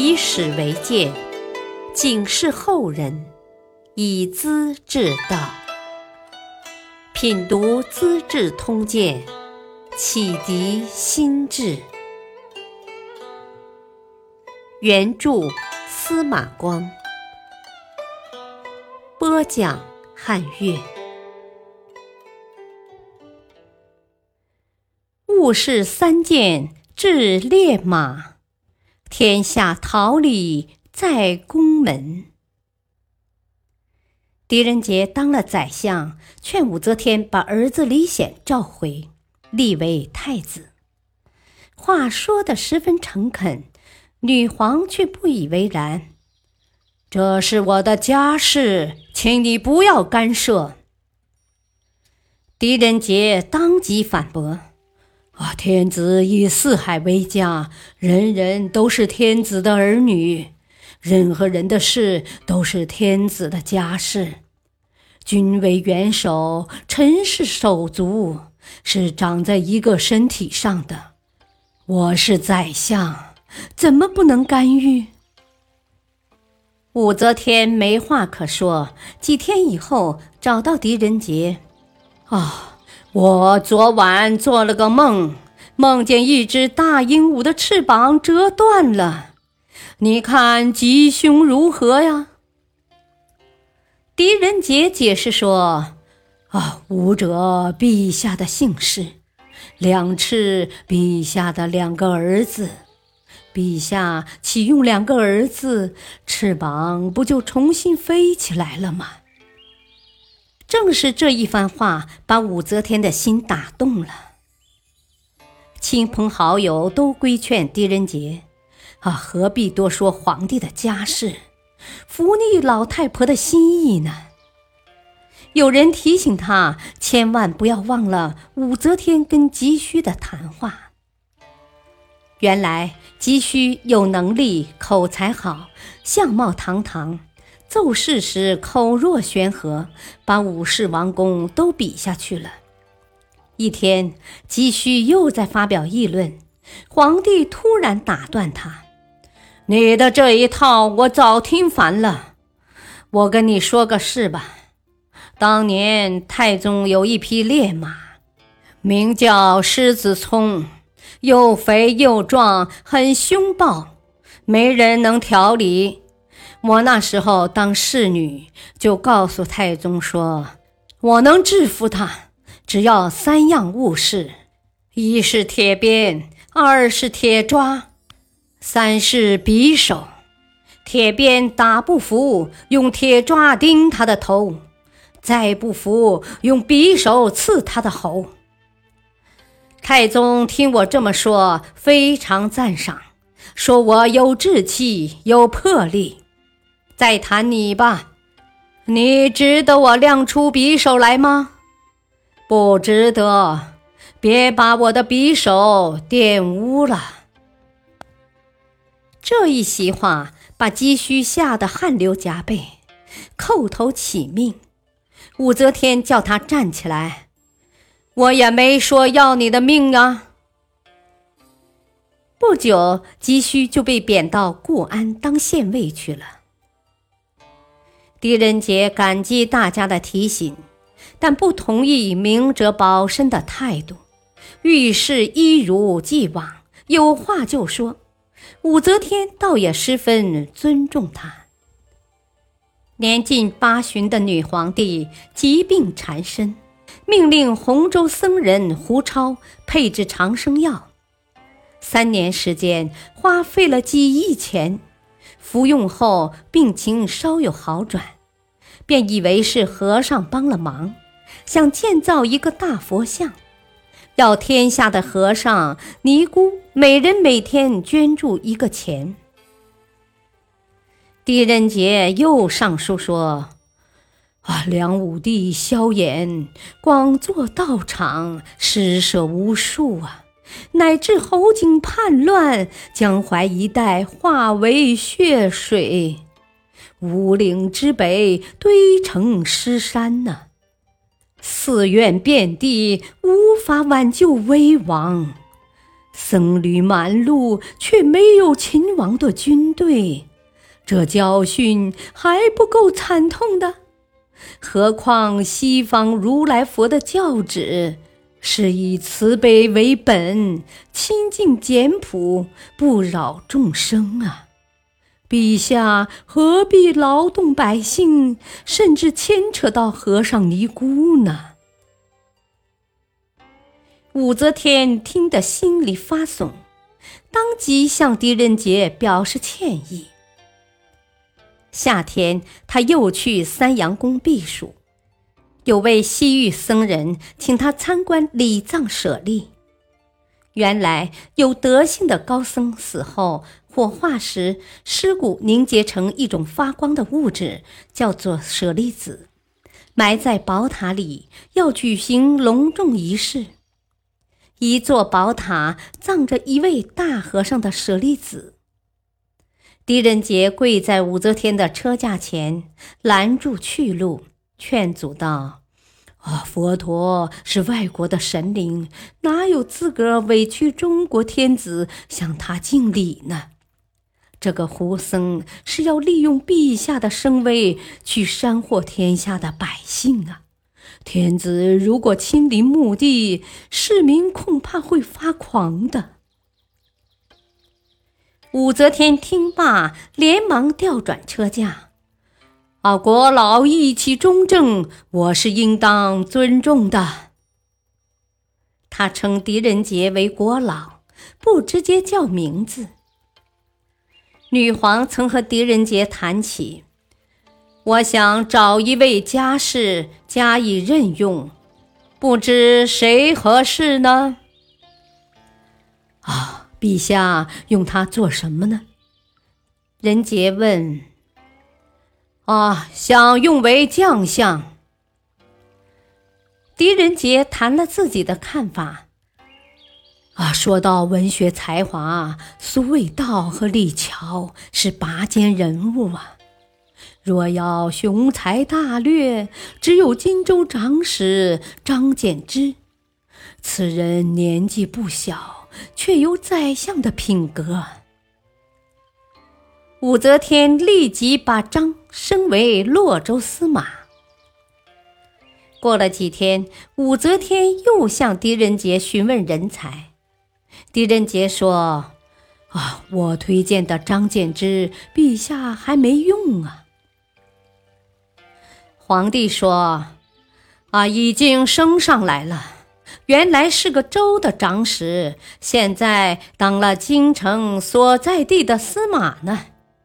以史为鉴，警示后人，以资治道。品读《资治通鉴》，启迪心智。原著司马光，播讲汉乐。戊氏三件至烈马，天下桃李在宫门。狄仁杰当了宰相，劝武则天把儿子李显召回，立为太子。话说得十分诚恳，女皇却不以为然。这是我的家事，请你不要干涉。狄仁杰当即反驳：天子以四海为家，人人都是天子的儿女，任何人的事都是天子的家事。君为元首，臣是手足，是长在一个身体上的。我是宰相，怎么不能干预？武则天没话可说，几天以后找到狄仁杰。我昨晚做了个梦，梦见一只大鹦鹉的翅膀折断了，你看吉凶如何呀？狄仁杰解释说：吾者陛下的姓氏，两翅陛下的两个儿子，陛下启用两个儿子，翅膀不就重新飞起来了吗？正是这一番话把武则天的心打动了。亲朋好友都规劝狄仁杰：何必多说皇帝的家事，服逆老太婆的心意呢？有人提醒他，千万不要忘了武则天跟急需的谈话。原来急需有能力，口才好，相貌堂堂，奏事时口若悬河，把武氏王公都比下去了。一天，急需又在发表议论，皇帝突然打断他：你的这一套我早听烦了，我跟你说个事吧。当年太宗有一匹烈马，名叫狮子聪，又肥又壮，很凶暴，没人能调理。我那时候当侍女，就告诉太宗说，我能制服他，只要三样物事：一是铁鞭，二是铁抓，三是匕首。铁鞭打不服，用铁抓钉他的头，再不服，用匕首刺他的喉。太宗听我这么说，非常赞赏，说我有志气，有魄力。再谈你吧，你值得我亮出匕首来吗？不值得，别把我的匕首玷污了。这一席话把嵇须吓得汗流浃背，叩头乞命。武则天叫他站起来：我也没说要你的命啊。不久，嵇须就被贬到固安当县尉去了。狄仁杰感激大家的提醒，但不同意明哲保身的态度，遇事一如既往，有话就说。武则天倒也十分尊重他。年近80旬的女皇帝疾病缠身，命令洪州僧人胡超配制长生药，3年时间花费了几亿钱，服用后病情稍有好转，便以为是和尚帮了忙，想建造一个大佛像，要天下的和尚尼姑每人每天捐助1个钱。狄仁杰又上书说：梁武帝萧衍广作道场，施舍无数乃至侯景叛乱，江淮一带化为血水，五岭之北堆成尸山寺院遍地，无法挽救危亡。 僧侣满路，却没有秦王的军队，这教训还不够惨痛的？何况西方如来佛的教旨是以慈悲为本，清净简朴，不扰众生啊！陛下何必劳动百姓，甚至牵扯到和尚尼姑呢？武则天听得心里发悚，当即向狄仁杰表示歉意。夏天，他又去三阳宫避暑，有位西域僧人请他参观礼藏舍利。原来有德性的高僧死后，火化时尸骨凝结成一种发光的物质，叫做舍利子，埋在宝塔里，要举行隆重仪式。一座宝塔葬着一位大和尚的舍利子。狄仁杰跪在武则天的车驾前，拦住去路，劝阻道：佛陀是外国的神灵，哪有资格委屈中国天子向他敬礼呢？这个胡僧是要利用陛下的声威去煽惑天下的百姓啊！天子如果亲临墓地，市民恐怕会发狂的。武则天听罢，连忙调转车驾。国老义气中正，我是应当尊重的。他称狄仁杰为国老，不直接叫名字。女皇曾和狄仁杰谈起，我想找一位家士加以任用，不知谁合适呢？陛下用他做什么呢？仁杰问。想用为将相。狄仁杰谈了自己的看法。说到文学才华，苏味道和李峤是拔尖人物啊。若要雄才大略，只有荆州长史张柬之，此人年纪不小，却有宰相的品格。武则天立即把张升为洛州司马。过了几天，武则天又向狄仁杰询问人才。狄仁杰说：我推荐的张柬之，陛下还没用啊。皇帝说：已经升上来了，原来是个州的长史，现在当了京城所在地的司马呢。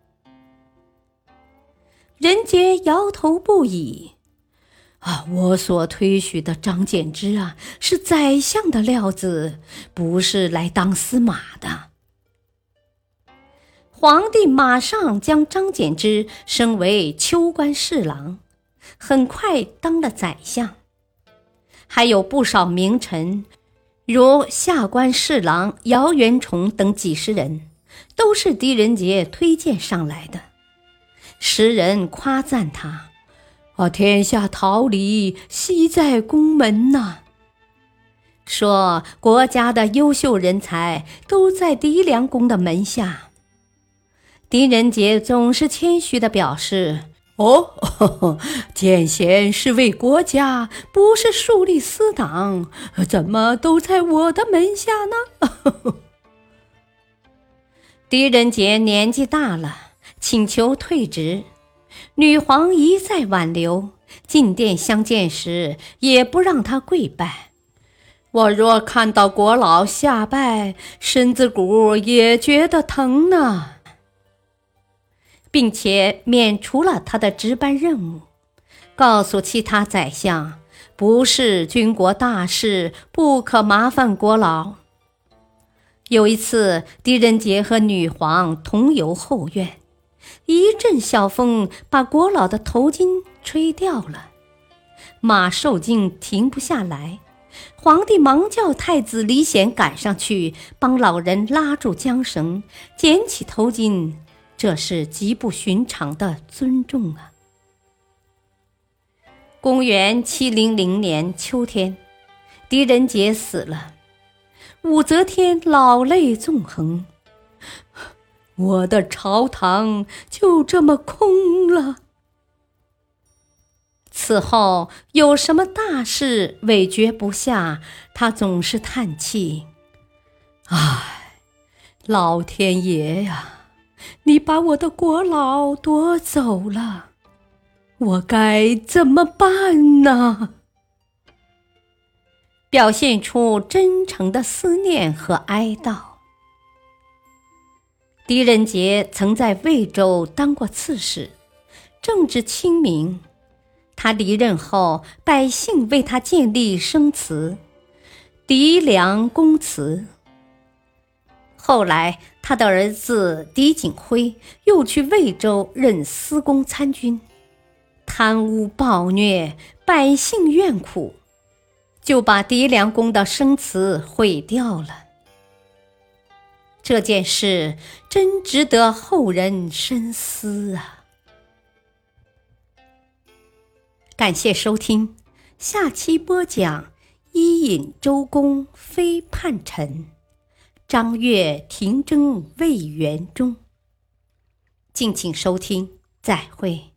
仁杰摇头不已。我所推许的张柬之是宰相的料子，不是来当司马的。皇帝马上将张柬之升为秋官侍郎，很快当了宰相。还有不少名臣，如下官侍郎姚元崇等几十人，都是狄仁杰推荐上来的。时人夸赞他：天下桃李，悉在宫门呐。说国家的优秀人才都在狄良公的门下。狄仁杰总是谦虚地表示：见贤是为国家，不是树立私党，怎么都在我的门下呢？狄仁杰年纪大了，请求退职。女皇一再挽留，进殿相见时也不让他跪拜。我若看到国老下拜，身子骨也觉得疼呢。并且免除了他的值班任务，告诉其他宰相，不是军国大事，不可麻烦国老。有一次，狄仁杰和女皇同游后院，一阵小风把国老的头巾吹掉了，马受惊停不下来。皇帝忙叫太子李显赶上去，帮老人拉住缰绳，捡起头巾，这是极不寻常的尊重啊。公元700年秋天，狄仁杰死了。 武则天老泪纵横，我的朝堂就这么空了。此后有什么大事委决不下，他总是叹气：唉，老天爷呀，你把我的国老夺走了，我该怎么办呢？表现出真诚的思念和哀悼。狄仁杰曾在魏州当过刺史，政治清明。他离任后，百姓为他建立生祠狄梁公祠。后来他的儿子狄景辉又去魏州任司功参军，贪污暴虐，百姓怨苦，就把狄梁公的生祠毁掉了。这件事真值得后人深思啊！感谢收听，下期播讲伊尹周公非叛臣，张悦停征魏元忠。敬请收听，再会。